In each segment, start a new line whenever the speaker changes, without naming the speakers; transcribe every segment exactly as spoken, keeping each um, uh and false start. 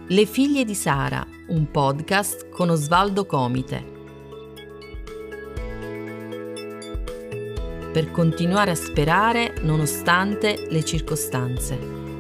Le figlie di Sara, un podcast con Osvaldo Comite. Per continuare a sperare nonostante le circostanze.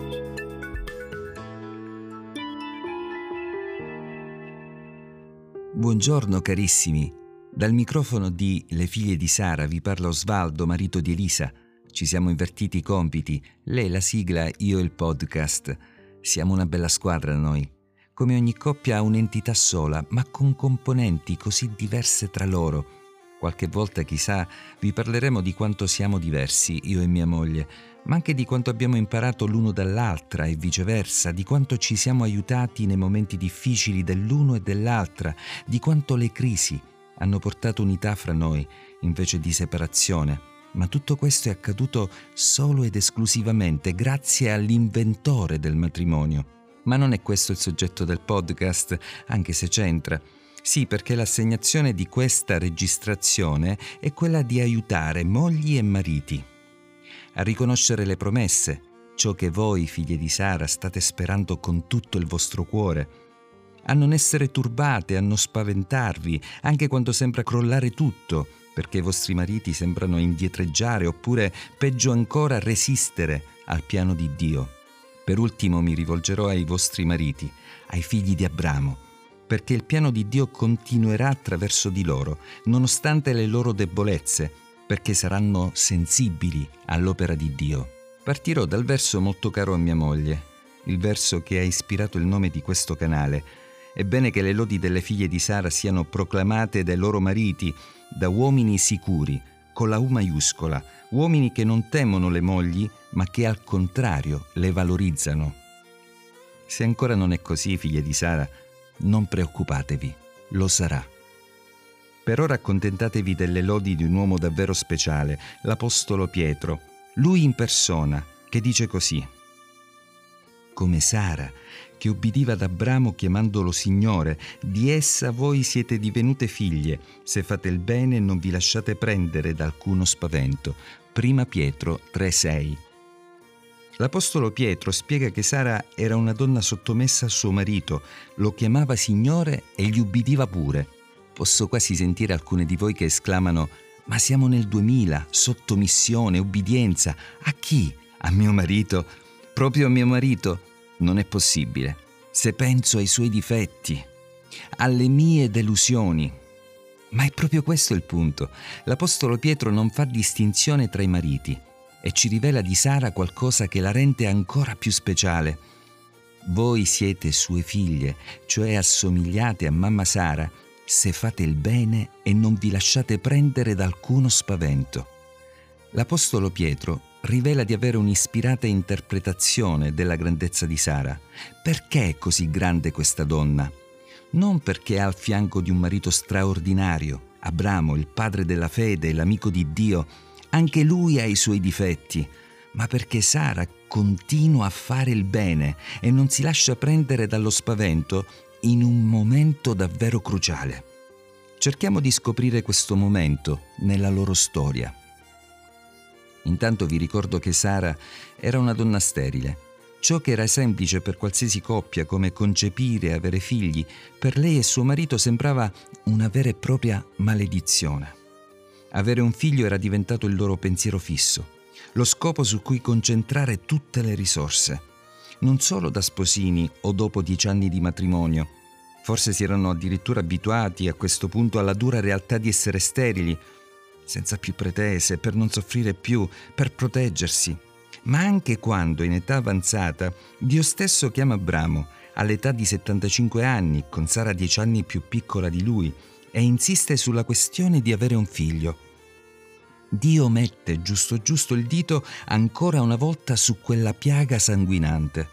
Buongiorno carissimi, dal microfono di Le figlie di Sara vi parla Osvaldo, marito di Elisa. Ci siamo invertiti i compiti, lei la sigla, io il podcast. Siamo una bella squadra noi. Come ogni coppia ha un'entità sola, ma con componenti così diverse tra loro. Qualche volta, chissà, vi parleremo di quanto siamo diversi, io e mia moglie, ma anche di quanto abbiamo imparato l'uno dall'altra e viceversa, di quanto ci siamo aiutati nei momenti difficili dell'uno e dell'altra, di quanto le crisi hanno portato unità fra noi invece di separazione. Ma tutto questo è accaduto solo ed esclusivamente grazie all'inventore del matrimonio. Ma non è questo il soggetto del podcast, anche se c'entra. Sì, perché l'assegnazione di questa registrazione è quella di aiutare mogli e mariti a riconoscere le promesse, ciò che voi, figlie di Sara, state sperando con tutto il vostro cuore, a non essere turbate, a non spaventarvi, anche quando sembra crollare tutto, perché i vostri mariti sembrano indietreggiare oppure, peggio ancora, resistere al piano di Dio. Per ultimo mi rivolgerò ai vostri mariti, ai figli di Abramo, perché il piano di Dio continuerà attraverso di loro, nonostante le loro debolezze, perché saranno sensibili all'opera di Dio. Partirò dal verso molto caro a mia moglie, il verso che ha ispirato il nome di questo canale. È bene che le lodi delle figlie di Sara siano proclamate dai loro mariti, da uomini sicuri, con la U maiuscola, uomini che non temono le mogli, ma che al contrario le valorizzano. Se ancora non è così, figlie di Sara, non preoccupatevi, lo sarà. Per ora accontentatevi delle lodi di un uomo davvero speciale, l'Apostolo Pietro, lui in persona, che dice così: come Sara, che ubbidiva ad Abramo chiamandolo Signore, di essa voi siete divenute figlie, se fate il bene e non vi lasciate prendere da alcuno spavento. Prima Pietro tre sei. L'Apostolo Pietro spiega che Sara era una donna sottomessa a suo marito, lo chiamava Signore e gli ubbidiva pure. Posso quasi sentire alcune di voi che esclamano: ma siamo nel duemila, sottomissione, ubbidienza. A chi? A mio marito? Proprio a mio marito? Non è possibile. Se penso ai suoi difetti, alle mie delusioni. Ma è proprio questo il punto. L'Apostolo Pietro non fa distinzione tra i mariti e ci rivela di Sara qualcosa che la rende ancora più speciale. Voi siete sue figlie, cioè assomigliate a mamma Sara, se fate il bene e non vi lasciate prendere da alcuno spavento. L'Apostolo Pietro rivela di avere un'ispirata interpretazione della grandezza di Sara. Perché è così grande questa donna? Non perché ha al fianco di un marito straordinario, Abramo, il padre della fede, l'amico di Dio. Anche lui ha i suoi difetti, ma perché Sara continua a fare il bene e non si lascia prendere dallo spavento in un momento davvero cruciale. Cerchiamo di scoprire questo momento nella loro storia. Intanto vi ricordo che Sara era una donna sterile. Ciò che era semplice per qualsiasi coppia, come concepire e avere figli, per lei e suo marito sembrava una vera e propria maledizione. Avere un figlio era diventato il loro pensiero fisso, lo scopo su cui concentrare tutte le risorse. Non solo da sposini o dopo dieci anni di matrimonio. Forse si erano addirittura abituati a questo punto alla dura realtà di essere sterili, senza più pretese, per non soffrire più, per proteggersi. Ma anche quando, in età avanzata, Dio stesso chiama Abramo, all'età di settantacinque anni, con Sara dieci anni più piccola di lui, e insiste sulla questione di avere un figlio. Dio mette giusto giusto il dito ancora una volta su quella piaga sanguinante.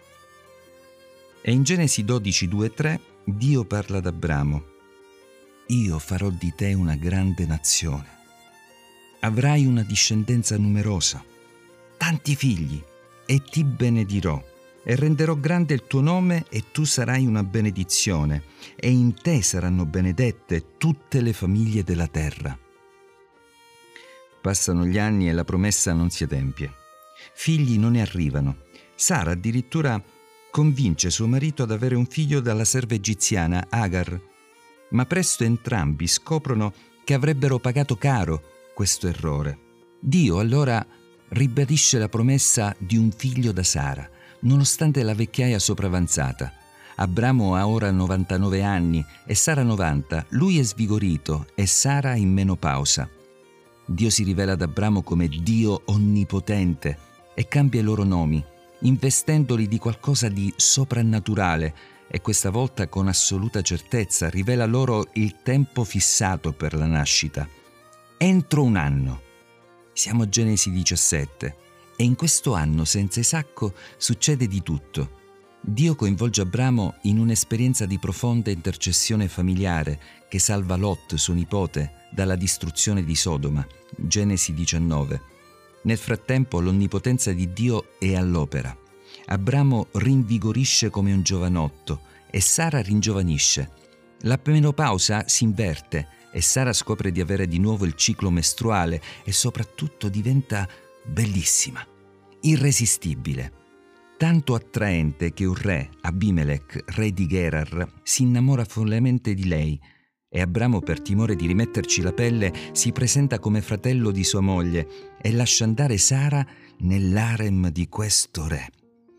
E in Genesi dodici due tre Dio parla ad Abramo: io farò di te una grande nazione. Avrai una discendenza numerosa, tanti figli, e ti benedirò, e renderò grande il tuo nome, e tu sarai una benedizione, e in te saranno benedette tutte le famiglie della terra. Passano gli anni e la promessa non si adempie. Figli non ne arrivano. Sara addirittura convince suo marito ad avere un figlio dalla serva egiziana Agar, ma presto entrambi scoprono che avrebbero pagato caro questo errore. Dio allora ribadisce la promessa di un figlio da Sara, nonostante la vecchiaia sopravanzata. Abramo ha ora novantanove anni e Sara novanta, lui è svigorito e Sara in menopausa. Dio si rivela ad Abramo come Dio onnipotente e cambia i loro nomi, investendoli di qualcosa di soprannaturale, e questa volta con assoluta certezza rivela loro il tempo fissato per la nascita. Entro un anno. Siamo a Genesi diciassette e in questo anno senza Isacco succede di tutto. Dio coinvolge Abramo in un'esperienza di profonda intercessione familiare che salva Lot, suo nipote, dalla distruzione di Sodoma. Genesi diciannove. Nel frattempo l'onnipotenza di Dio è all'opera. Abramo rinvigorisce come un giovanotto e Sara ringiovanisce. La menopausa si inverte e Sara scopre di avere di nuovo il ciclo mestruale e soprattutto diventa bellissima, irresistibile, tanto attraente che un re, Abimelech, re di Gerar, si innamora follemente di lei e Abramo, per timore di rimetterci la pelle, si presenta come fratello di sua moglie e lascia andare Sara nell'harem di questo re.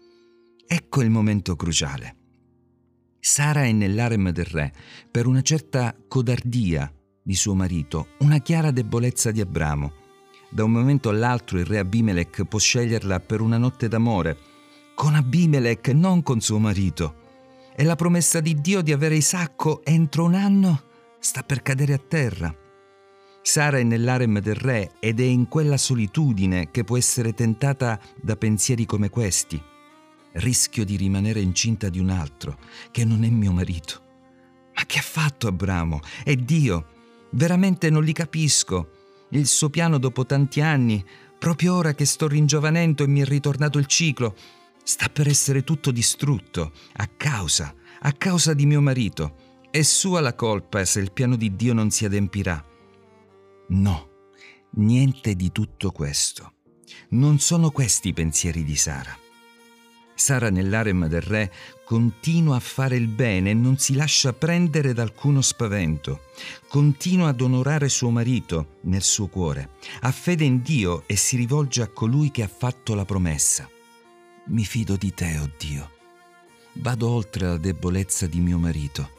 Ecco il momento cruciale. Sara è nell'harem del re per una certa codardia di suo marito, una chiara debolezza di Abramo. Da un momento all'altro il re Abimelech può sceglierla per una notte d'amore, con Abimelech, non con suo marito. E la promessa di Dio di avere Isacco entro un anno sta per cadere a terra. Sara è nell'harem del re ed è in quella solitudine che può essere tentata da pensieri come questi. Rischio di rimanere incinta di un altro, che non è mio marito. Ma che ha fatto Abramo? E Dio? Veramente non li capisco. Il suo piano dopo tanti anni, proprio ora che sto ringiovanendo e mi è ritornato il ciclo, sta per essere tutto distrutto, a causa, a causa di mio marito. È sua la colpa se il piano di Dio non si adempirà. No, niente di tutto questo. Non sono questi i pensieri di Sara. Sara nell'harem del re continua a fare il bene e non si lascia prendere da alcuno spavento. Continua ad onorare suo marito nel suo cuore, ha fede in Dio e si rivolge a colui che ha fatto la promessa. Mi fido di te, oh Dio. Vado oltre la debolezza di mio marito.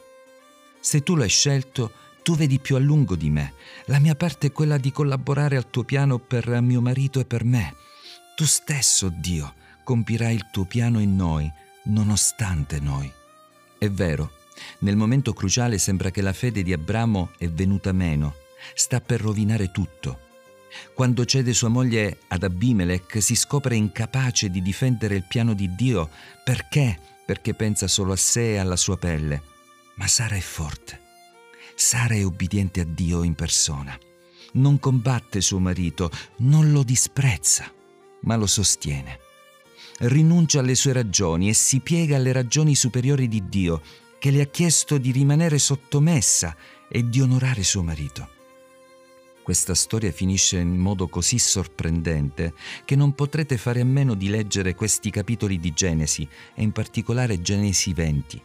Se tu l'hai scelto, tu vedi più a lungo di me. La mia parte è quella di collaborare al tuo piano per mio marito e per me. Tu stesso, Dio, compirai il tuo piano in noi, nonostante noi. È vero, nel momento cruciale sembra che la fede di Abramo è venuta meno, sta per rovinare tutto. Quando cede sua moglie ad Abimelech, si scopre incapace di difendere il piano di Dio. Perché? Perché pensa solo a sé e alla sua pelle. Ma Sara è forte. Sara è obbediente a Dio in persona. Non combatte suo marito, non lo disprezza, ma lo sostiene. Rinuncia alle sue ragioni e si piega alle ragioni superiori di Dio, che le ha chiesto di rimanere sottomessa e di onorare suo marito. Questa storia finisce in modo così sorprendente che non potrete fare a meno di leggere questi capitoli di Genesi, e in particolare Genesi venti.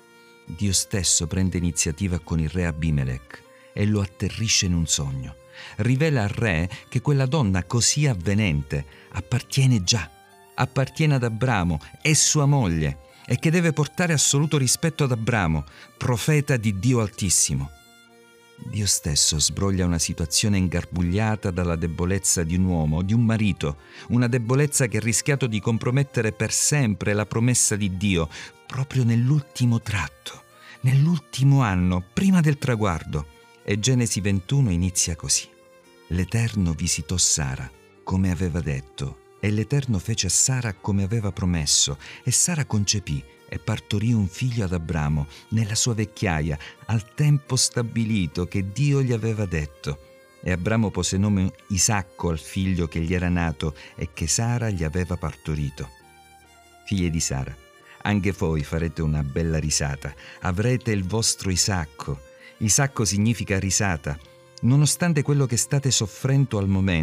Dio stesso prende iniziativa con il re Abimelech e lo atterrisce in un sogno. Rivela al re che quella donna così avvenente appartiene già, appartiene ad Abramo, è sua moglie, e che deve portare assoluto rispetto ad Abramo, profeta di Dio Altissimo. Dio stesso sbroglia una situazione ingarbugliata dalla debolezza di un uomo, di un marito, una debolezza che ha rischiato di compromettere per sempre la promessa di Dio, proprio nell'ultimo tratto, nell'ultimo anno, prima del traguardo. E Genesi ventuno inizia così. L'Eterno visitò Sara, come aveva detto, e l'Eterno fece a Sara come aveva promesso, e Sara concepì e partorì un figlio ad Abramo nella sua vecchiaia, al tempo stabilito che Dio gli aveva detto. E Abramo pose nome Isacco al figlio che gli era nato e che Sara gli aveva partorito. Figlie di Sara, anche voi farete una bella risata, avrete il vostro Isacco. Isacco significa risata. Nonostante quello che state soffrendo al momento,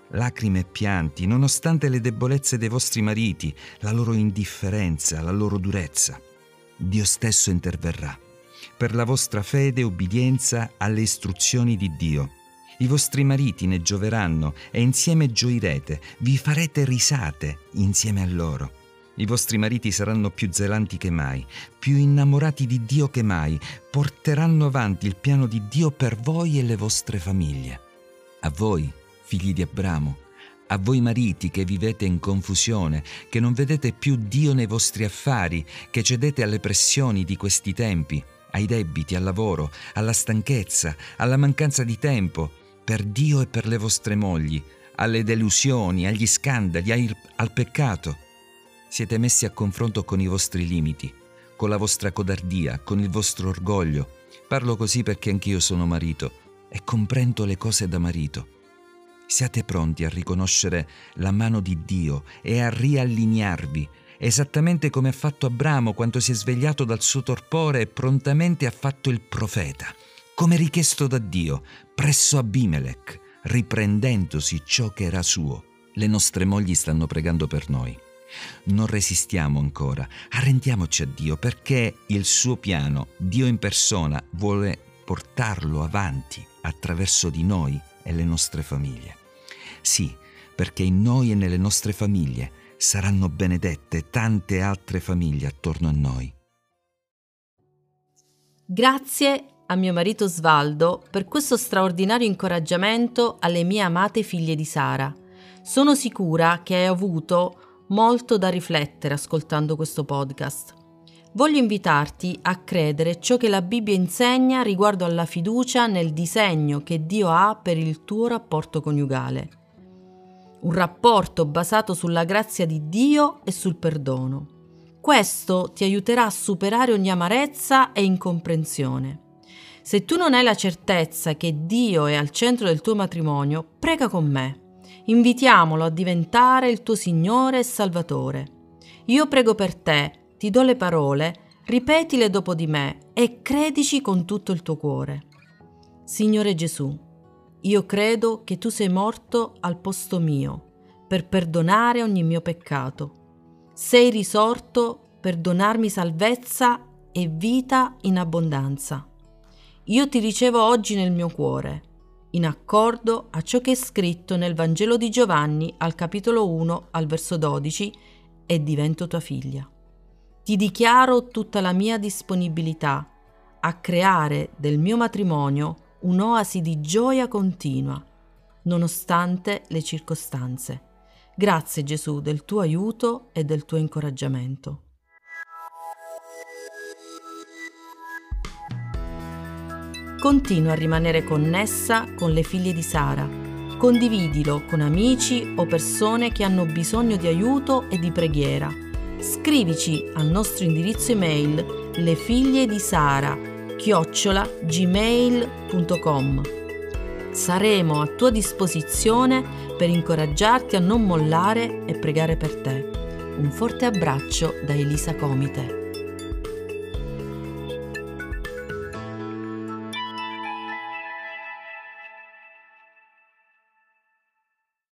lacrime e pianti, nonostante le debolezze dei vostri mariti, la loro indifferenza, la loro durezza. Dio stesso interverrà per la vostra fede e ubbidienza alle istruzioni di Dio. I vostri mariti ne gioveranno e insieme gioirete, vi farete risate insieme a loro. I vostri mariti saranno più zelanti che mai, più innamorati di Dio che mai, porteranno avanti il piano di Dio per voi e le vostre famiglie. A voi, figli di Abramo, a voi mariti che vivete in confusione, che non vedete più Dio nei vostri affari, che cedete alle pressioni di questi tempi, ai debiti, al lavoro, alla stanchezza, alla mancanza di tempo, per Dio e per le vostre mogli, alle delusioni, agli scandali, ai, al peccato. Siete messi a confronto con i vostri limiti, con la vostra codardia, con il vostro orgoglio. Parlo così perché anch'io sono marito e comprendo le cose da marito. Siate pronti a riconoscere la mano di Dio e a riallinearvi, esattamente come ha fatto Abramo quando si è svegliato dal suo torpore e prontamente ha fatto il profeta, come richiesto da Dio, presso Abimelech, riprendendosi ciò che era suo. Le nostre mogli stanno pregando per noi. Non resistiamo ancora, arrendiamoci a Dio perché il suo piano, Dio in persona, vuole portarlo avanti attraverso di noi e le nostre famiglie. Sì, perché in noi e nelle nostre famiglie saranno benedette tante altre famiglie attorno a noi.
Grazie a mio marito Svaldo per questo straordinario incoraggiamento alle mie amate figlie di Sara. Sono sicura che hai avuto molto da riflettere ascoltando questo podcast. Voglio invitarti a credere ciò che la Bibbia insegna riguardo alla fiducia nel disegno che Dio ha per il tuo rapporto coniugale. Un rapporto basato sulla grazia di Dio e sul perdono. Questo ti aiuterà a superare ogni amarezza e incomprensione. Se tu non hai la certezza che Dio è al centro del tuo matrimonio, prega con me. Invitiamolo a diventare il tuo Signore e Salvatore. Io prego per te, ti do le parole, ripetile dopo di me e credici con tutto il tuo cuore. Signore Gesù, io credo che tu sei morto al posto mio per perdonare ogni mio peccato. Sei risorto per donarmi salvezza e vita in abbondanza. Io ti ricevo oggi nel mio cuore, in accordo a ciò che è scritto nel Vangelo di Giovanni al capitolo uno al verso dodici, e divento tua figlia. Ti dichiaro tutta la mia disponibilità a creare del mio matrimonio un'oasi di gioia continua, nonostante le circostanze. Grazie Gesù del tuo aiuto e del tuo incoraggiamento. Continua a rimanere connessa con le figlie di Sara. Condividilo con amici o persone che hanno bisogno di aiuto e di preghiera. Scrivici al nostro indirizzo email lefigliedisara chiocciola gmail punto com. Saremo a tua disposizione per incoraggiarti a non mollare e pregare per te. Un forte abbraccio da Elisa Comite.